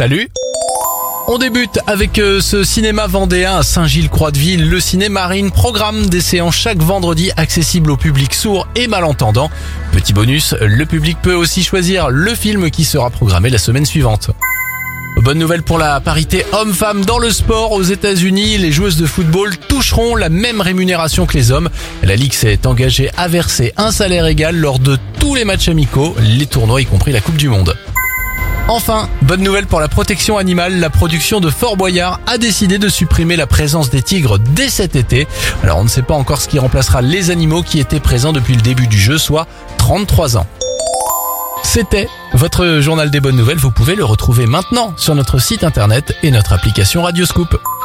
Salut! On débute avec ce cinéma vendéen à Saint-Gilles-Croix-de-Ville. Le Cinémarine programme des séances chaque vendredi accessibles au public sourd et malentendant. Petit bonus, le public peut aussi choisir le film qui sera programmé la semaine suivante. Bonne nouvelle pour la parité homme-femme dans le sport. Aux États-Unis, les joueuses de football toucheront la même rémunération que les hommes. La Ligue s'est engagée à verser un salaire égal lors de tous les matchs amicaux, les tournois y compris la Coupe du Monde. Enfin, bonne nouvelle pour la protection animale, la production de Fort Boyard a décidé de supprimer la présence des tigres dès cet été. Alors on ne sait pas encore ce qui remplacera les animaux qui étaient présents depuis le début du jeu, soit 33 ans. C'était votre journal des bonnes nouvelles, vous pouvez le retrouver maintenant sur notre site internet et notre application Radioscoop.